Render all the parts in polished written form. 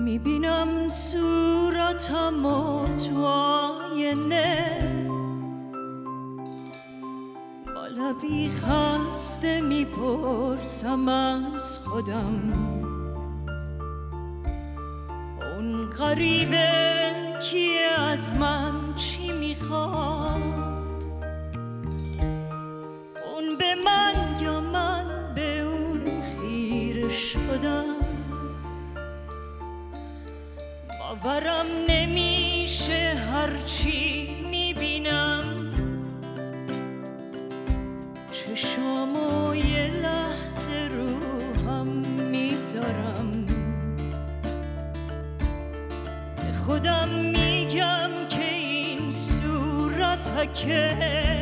میبینم صورتم و تو آینه، با لبی خسته میپرسم از خودم اون غریبه کیه، از من چی میخواد؟ اون به من یا من به اون خیره شدم؟ باورم نمیشه هرچی میبینم، چشامو یه لحظه رو هم میذارم، به خودم میگم که این صورتکه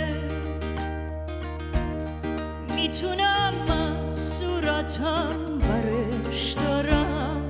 میتونم از صورتم برش دارم،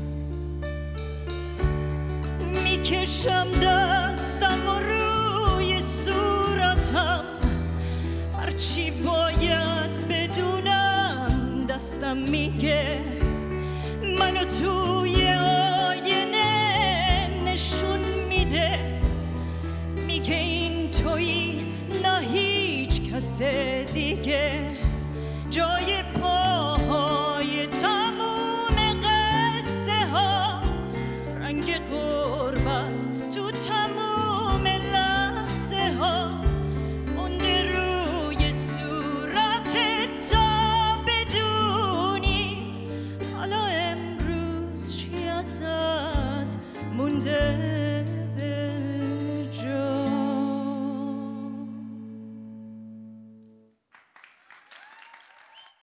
میکشم دستم و روی صورتم، هرچی باید بدونم دستم میگه منو توی آینه نشون میده، میگه این تویی نه هیچ کس دیگه، جای پا